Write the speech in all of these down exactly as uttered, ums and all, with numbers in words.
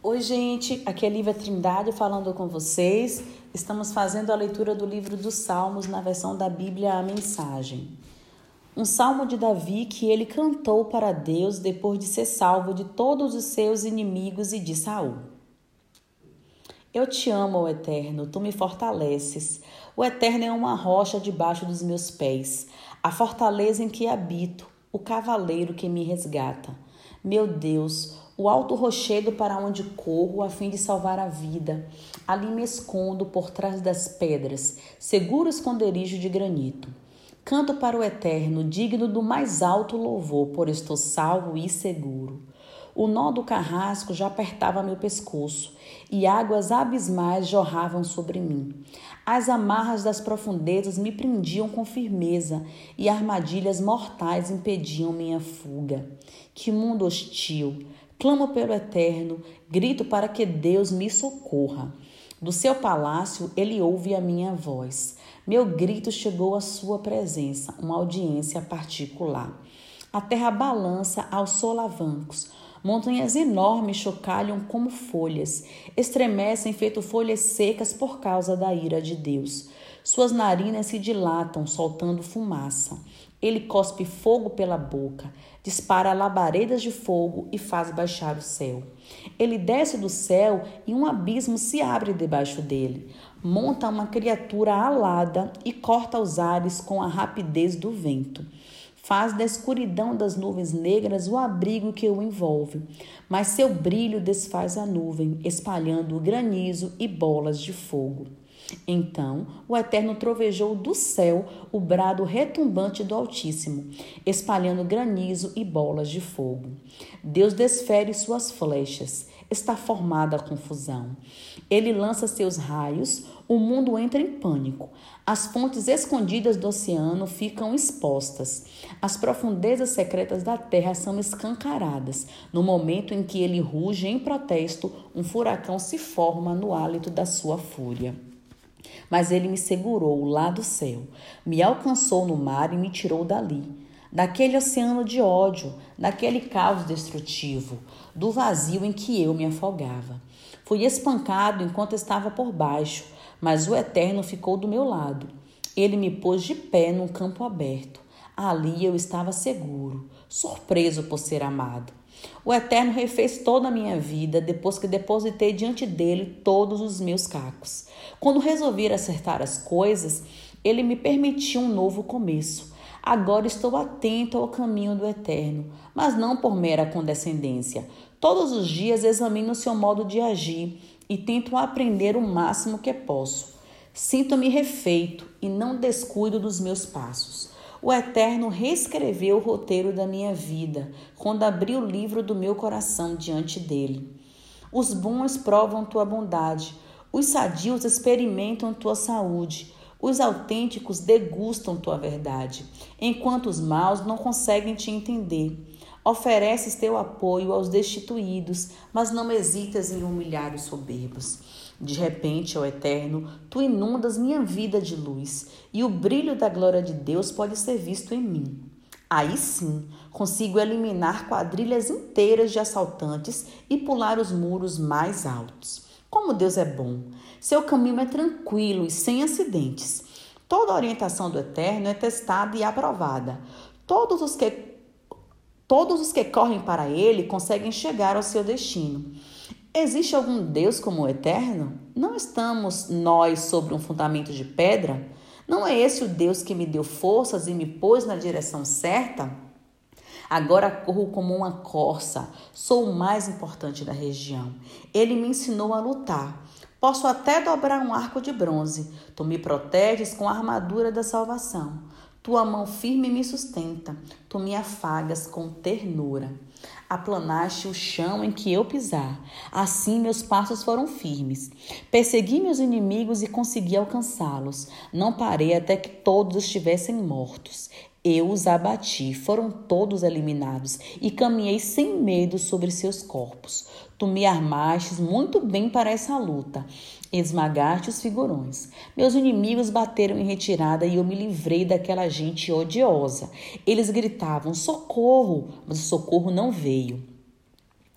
Oi, gente, aqui é Lívia Trindade falando com vocês. Estamos fazendo a leitura do livro dos Salmos na versão da Bíblia A Mensagem. Um salmo de Davi que ele cantou para Deus depois de ser salvo de todos os seus inimigos e de Saul. Eu te amo, ó Eterno, tu me fortaleces. O Eterno é uma rocha debaixo dos meus pés, a fortaleza em que habito, o cavaleiro que me resgata. Meu Deus, o alto rochedo para onde corro a fim de salvar a vida. Ali me escondo por trás das pedras, seguro esconderijo de granito. Canto para o Eterno, digno do mais alto louvor, por estou salvo e seguro. O nó do carrasco já apertava meu pescoço, e águas abismais jorravam sobre mim. As amarras das profundezas me prendiam com firmeza, e armadilhas mortais impediam minha fuga. Que mundo hostil! Clamo pelo Eterno, grito para que Deus me socorra. Do seu palácio ele ouve a minha voz. Meu grito chegou à sua presença, uma audiência particular. A terra balança aos solavancos. Montanhas enormes chocalham como folhas, estremecem feito folhas secas por causa da ira de Deus. Suas narinas se dilatam, soltando fumaça. Ele cospe fogo pela boca, dispara labaredas de fogo e faz baixar o céu. Ele desce do céu e um abismo se abre debaixo dele. Monta uma criatura alada e corta os ares com a rapidez do vento. Faz da escuridão das nuvens negras o abrigo que o envolve, mas seu brilho desfaz a nuvem, espalhando granizo e bolas de fogo. Então o Eterno trovejou do céu o brado retumbante do Altíssimo, espalhando granizo e bolas de fogo. Deus desfere suas flechas, está formada a confusão. Ele lança seus raios, o mundo entra em pânico. As fontes escondidas do oceano ficam expostas. As profundezas secretas da terra são escancaradas. No momento em que ele ruge em protesto, um furacão se forma no hálito da sua fúria. Mas ele me segurou lá do céu, me alcançou no mar e me tirou dali, daquele oceano de ódio, daquele caos destrutivo, do vazio em que eu me afogava. Fui espancado enquanto estava por baixo, mas o Eterno ficou do meu lado. Ele me pôs de pé num campo aberto. Ali eu estava seguro, surpreso por ser amado. O Eterno refez toda a minha vida depois que depositei diante dele todos os meus cacos. Quando resolvi acertar as coisas, ele me permitiu um novo começo. Agora estou atento ao caminho do Eterno, mas não por mera condescendência. Todos os dias examino seu modo de agir e tento aprender o máximo que posso. Sinto-me refeito e não descuido dos meus passos. O Eterno reescreveu o roteiro da minha vida, quando abri o livro do meu coração diante dele. Os bons provam tua bondade, os sadios experimentam tua saúde, os autênticos degustam tua verdade, enquanto os maus não conseguem te entender. Ofereces teu apoio aos destituídos, mas não hesitas em humilhar os soberbos. De repente, ó Eterno, tu inundas minha vida de luz, e o brilho da glória de Deus pode ser visto em mim. Aí sim, consigo eliminar quadrilhas inteiras de assaltantes e pular os muros mais altos. Como Deus é bom! Seu caminho é tranquilo e sem acidentes. Toda a orientação do Eterno é testada e aprovada. Todos os que Todos os que correm para ele conseguem chegar ao seu destino. Existe algum Deus como o Eterno? Não estamos nós sobre um fundamento de pedra? Não é esse o Deus que me deu forças e me pôs na direção certa? Agora corro como uma corça, sou o mais importante da região. Ele me ensinou a lutar. Posso até dobrar um arco de bronze. Tu me proteges com a armadura da salvação. Tua mão firme me sustenta, tu me afagas com ternura. Aplanaste o chão em que eu pisar, assim meus passos foram firmes. Persegui meus inimigos e consegui alcançá-los. Não parei até que todos estivessem mortos. Eu os abati, foram todos eliminados, e caminhei sem medo sobre seus corpos. Tu me armastes muito bem para essa luta. Esmagaste os figurões. Meus inimigos bateram em retirada e eu me livrei daquela gente odiosa. Eles gritavam, socorro, mas o socorro não veio.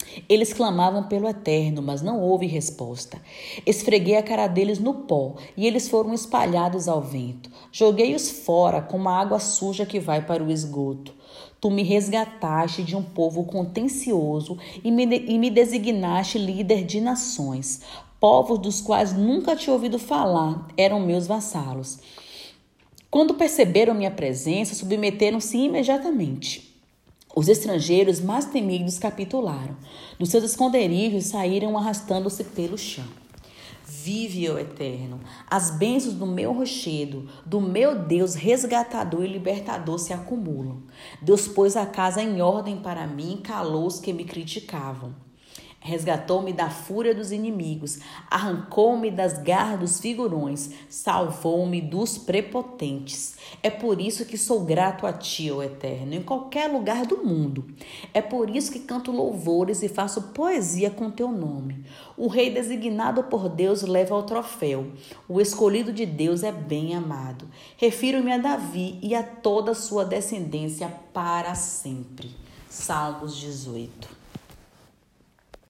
Eles clamavam pelo Eterno, mas não houve resposta. Esfreguei a cara deles no pó, e eles foram espalhados ao vento. Joguei-os fora como a água suja que vai para o esgoto. Tu me resgataste de um povo contencioso e me, e me designaste líder de nações. Povos dos quais nunca tinha ouvido falar eram meus vassalos. Quando perceberam minha presença, submeteram-se imediatamente. Os estrangeiros mais temidos capitularam. Dos seus esconderijos saíram arrastando-se pelo chão. Vive, ó Eterno, as bênçãos do meu rochedo, do meu Deus resgatador e libertador se acumulam. Deus pôs a casa em ordem para mim e calou os que me criticavam. Resgatou-me da fúria dos inimigos, arrancou-me das garras dos figurões, salvou-me dos prepotentes. É por isso que sou grato a ti, ó Eterno, em qualquer lugar do mundo. É por isso que canto louvores e faço poesia com teu nome. O rei designado por Deus leva o troféu. O escolhido de Deus é bem amado. Refiro-me a Davi e a toda a sua descendência para sempre. Salmos dezoito.